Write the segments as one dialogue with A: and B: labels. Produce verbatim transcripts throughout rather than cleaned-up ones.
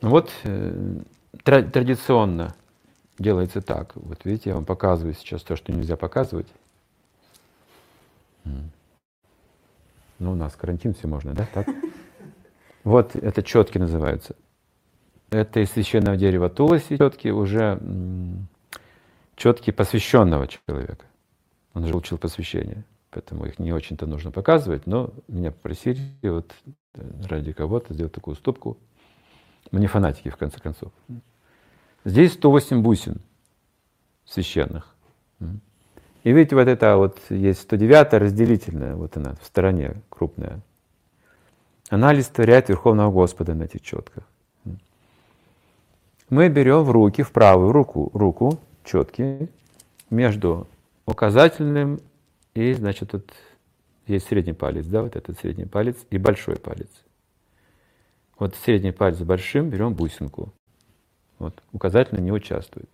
A: Вот э, тра- традиционно делается так. Вот видите, я вам показываю сейчас то, что нельзя показывать. Ну, у нас карантин, все можно, да? Так? Вот это четки называются. Это из священного дерева туласи четки, уже четки посвященного человека. Он же учил посвящение, поэтому их не очень-то нужно показывать, но меня попросили вот ради кого-то сделать такую уступку. Мы не фанатики, в конце концов. Здесь сто восемь бусин священных. И видите, вот это вот есть сто девятая разделительная, вот она в стороне крупная. Она олицетворяет Верховного Господа на этих четках. Мы берем в руки, в правую руку, руку четки между указательным и, значит, вот есть средний палец, да, вот этот средний палец и большой палец. Вот средний палец с большим берем бусинку. Вот, указательный не участвует.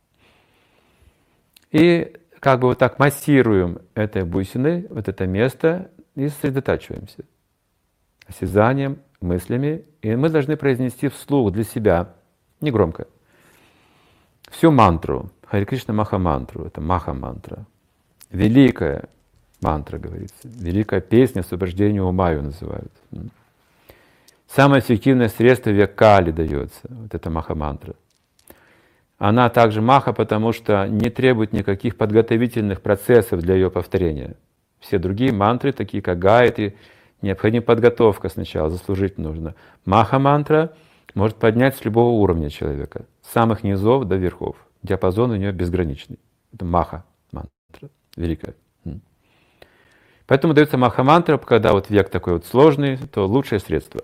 A: И как бы вот так массируем этой бусиной вот это место и сосредотачиваемся осязанием, мыслями. И мы должны произнести вслух для себя, негромко, всю мантру, Харе Кришна Маха-мантру, это Маха-мантра. Великая мантра, говорится, великая песня освобождения ума ее называют. Самое эффективное средство век Кали дается, вот эта Маха-мантра. Она также маха, потому что не требует никаких подготовительных процессов для ее повторения. Все другие мантры, такие как гайатри, необходима подготовка сначала, заслужить нужно. Маха-мантра может поднять с любого уровня человека, с самых низов до верхов. Диапазон у нее безграничный. Это маха-мантра, великая. Поэтому дается маха-мантра, когда вот век такой вот сложный, то лучшее средство.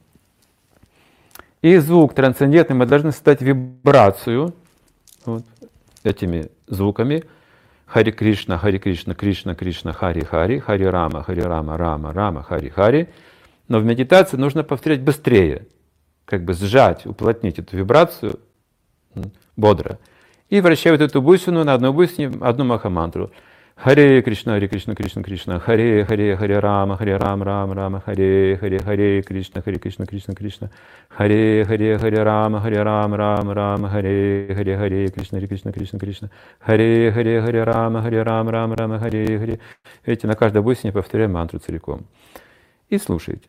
A: И звук трансцендентный, мы должны создать вибрацию вот, этими звуками. Хари Кришна, Хари Кришна, Кришна, Кришна, Хари Хари, Хари Рама, Хари Рама, Рама, Рама, Хари Хари. Но в медитации нужно повторять быстрее, как бы сжать, уплотнить эту вибрацию бодро. И вращая вот эту бусину на одной бусине одну маха-мантру. Харе Кришна, Харе Кришна, Кришна, Кришна, Харе, Харе, Харе Рама, Харе Рама, Рама, Рама, Харе, Харе, Харе Кришна, Харе Кришна, Кришна, Кришна, Харе, Харе, Харе Рама, Харе Рама, Рама, Рама, Харе, Харе, Харе Кришна, Харе Кришна, Кришна, Кришна, Харе, Харе, Харе Рама, Харе Рама, Рама, Рама, Харе, Харе. Видите, на каждой бусине повторяем мантру целиком. И слушайте.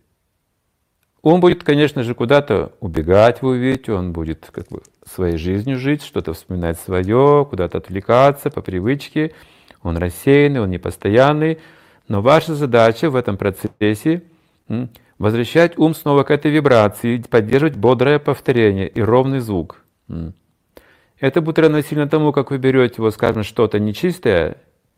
A: Он будет, конечно же, куда-то убегать, вы увидите, он будет как бы своей жизнью жить, что-то вспоминать свое, куда-то отвлекаться по привычке. Он рассеянный, он непостоянный, но ваша задача в этом процессе возвращать ум снова к этой вибрации, поддерживать бодрое повторение и ровный звук. Это будет равносильно тому, как вы берете, вот, скажем, что-то нечистое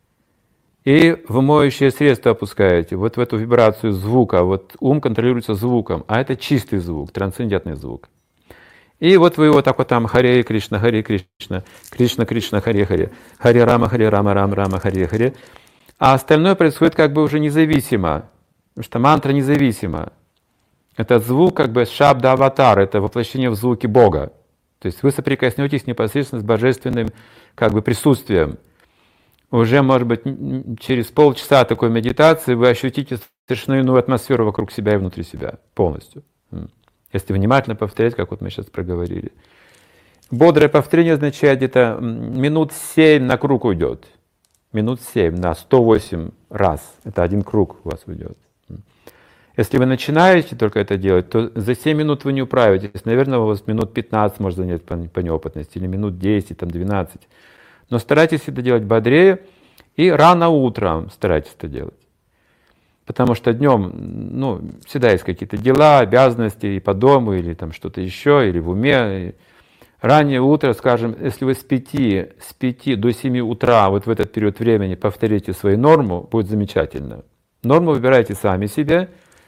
A: и в моющее средство опускаете, вот в эту вибрацию звука, вот ум контролируется звуком, а это чистый звук, трансцендентный звук. И вот вы его так вот там Харе Кришна, Харе Кришна, Кришна Кришна, Харе Харе, Харе Рама, Харе Рама, Рама Рама, Харе Харе. А остальное происходит как бы уже независимо, потому что мантра независима. Это звук как бы шабда аватар, это воплощение в звуке Бога. То есть вы соприкоснетесь непосредственно с божественным как бы присутствием. Уже, может быть, через полчаса такой медитации вы ощутите совершенно иную атмосферу вокруг себя и внутри себя полностью. Если внимательно повторять, как вот мы сейчас проговорили. Бодрое повторение означает где-то минут семь на круг уйдет. Минут семь на сто восемь раз. Это один круг у вас уйдет. Если вы начинаете только это делать, то за семь минут вы не управитесь. Наверное, у вас минут пятнадцать может занять по, по неопытности, или минут десять, там двенадцать. Но старайтесь это делать бодрее и рано утром старайтесь это делать. Потому что днем, ну, всегда есть какие-то дела, обязанности и по дому, или там что-то еще, или в уме. Раннее утро, скажем, если вы с пяти, с пяти до семи утра, вот в этот период времени повторите свою норму, будет замечательно. Норму выбирайте сами себе.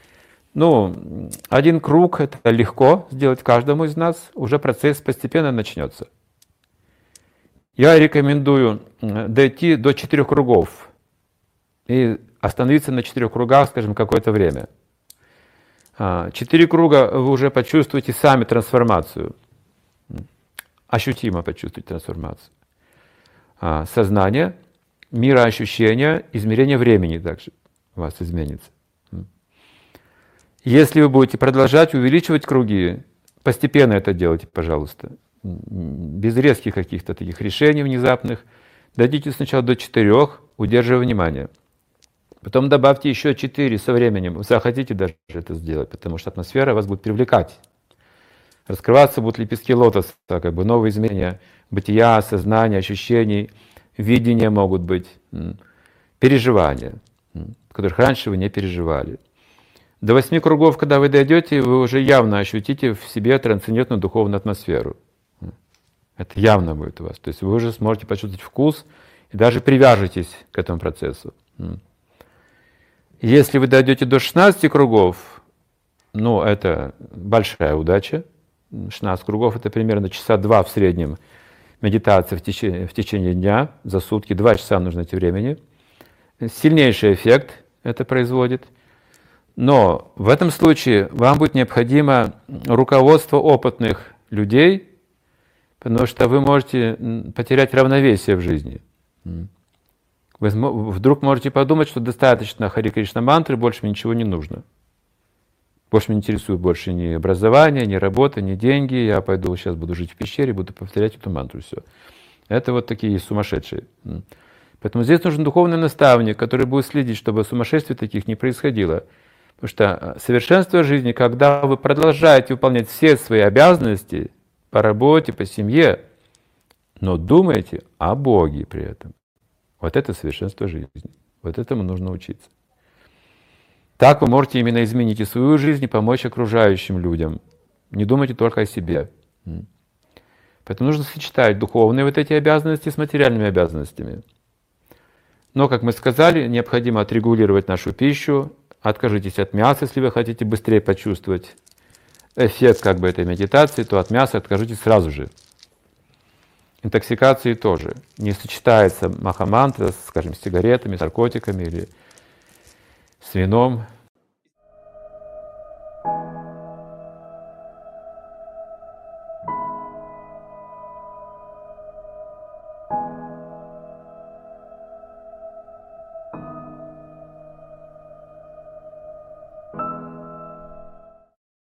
A: Ну, один круг, это легко сделать каждому из нас, уже процесс постепенно начнется. Я рекомендую дойти до четырех кругов и остановиться на четырех кругах, скажем, какое-то время. Четыре круга вы уже почувствуете сами трансформацию. Ощутимо почувствуете трансформацию. Сознание, мироощущение, измерение времени также у вас изменится. Если вы будете продолжать увеличивать круги, Постепенно это делайте, пожалуйста. Без резких каких-то таких решений внезапных. Дойдите сначала до четырех, удерживая внимание. Потом добавьте еще четыре со временем. Вы захотите даже это сделать, потому что атмосфера вас будет привлекать. Раскрываться будут лепестки лотоса, как бы новые изменения бытия, сознания, ощущений, видения могут быть, переживания, которых раньше вы не переживали. До восьми кругов, когда вы дойдете, вы уже явно ощутите в себе трансцендентную духовную атмосферу. Это явно будет у вас. То есть вы уже сможете почувствовать вкус и даже привяжетесь к этому процессу. Если вы дойдете до шестнадцати кругов, ну, это большая удача. шестнадцать кругов — это примерно часа два в среднем медитации в течение, в течение дня, за сутки, два часа нужно эти времени. Сильнейший эффект это производит. Но в этом случае вам будет необходимо руководство опытных людей, потому что вы можете потерять равновесие в жизни. Вы вдруг можете подумать, что достаточно Хари Кришна мантры, больше мне ничего не нужно. Больше меня не интересует больше ни образование, ни работа, ни деньги. Я пойду сейчас буду жить в пещере, буду повторять эту мантру. Все. Это вот такие сумасшедшие. Поэтому здесь нужен духовный наставник, который будет следить, чтобы сумасшествий таких не происходило. Потому что совершенство жизни, когда вы продолжаете выполнять все свои обязанности по работе, по семье, но думаете о Боге при этом. Вот это совершенство жизни. Вот этому нужно учиться. Так вы можете именно изменить и свою жизнь, и помочь окружающим людям. Не думайте только о себе. Поэтому нужно сочетать духовные вот эти обязанности с материальными обязанностями. Но, как мы сказали, необходимо отрегулировать нашу пищу. Откажитесь от мяса, если вы хотите быстрее почувствовать эффект как бы этой медитации, то от мяса откажитесь сразу же. Интоксикации тоже. Не сочетается махамантра, скажем, с сигаретами, с наркотиками или с вином.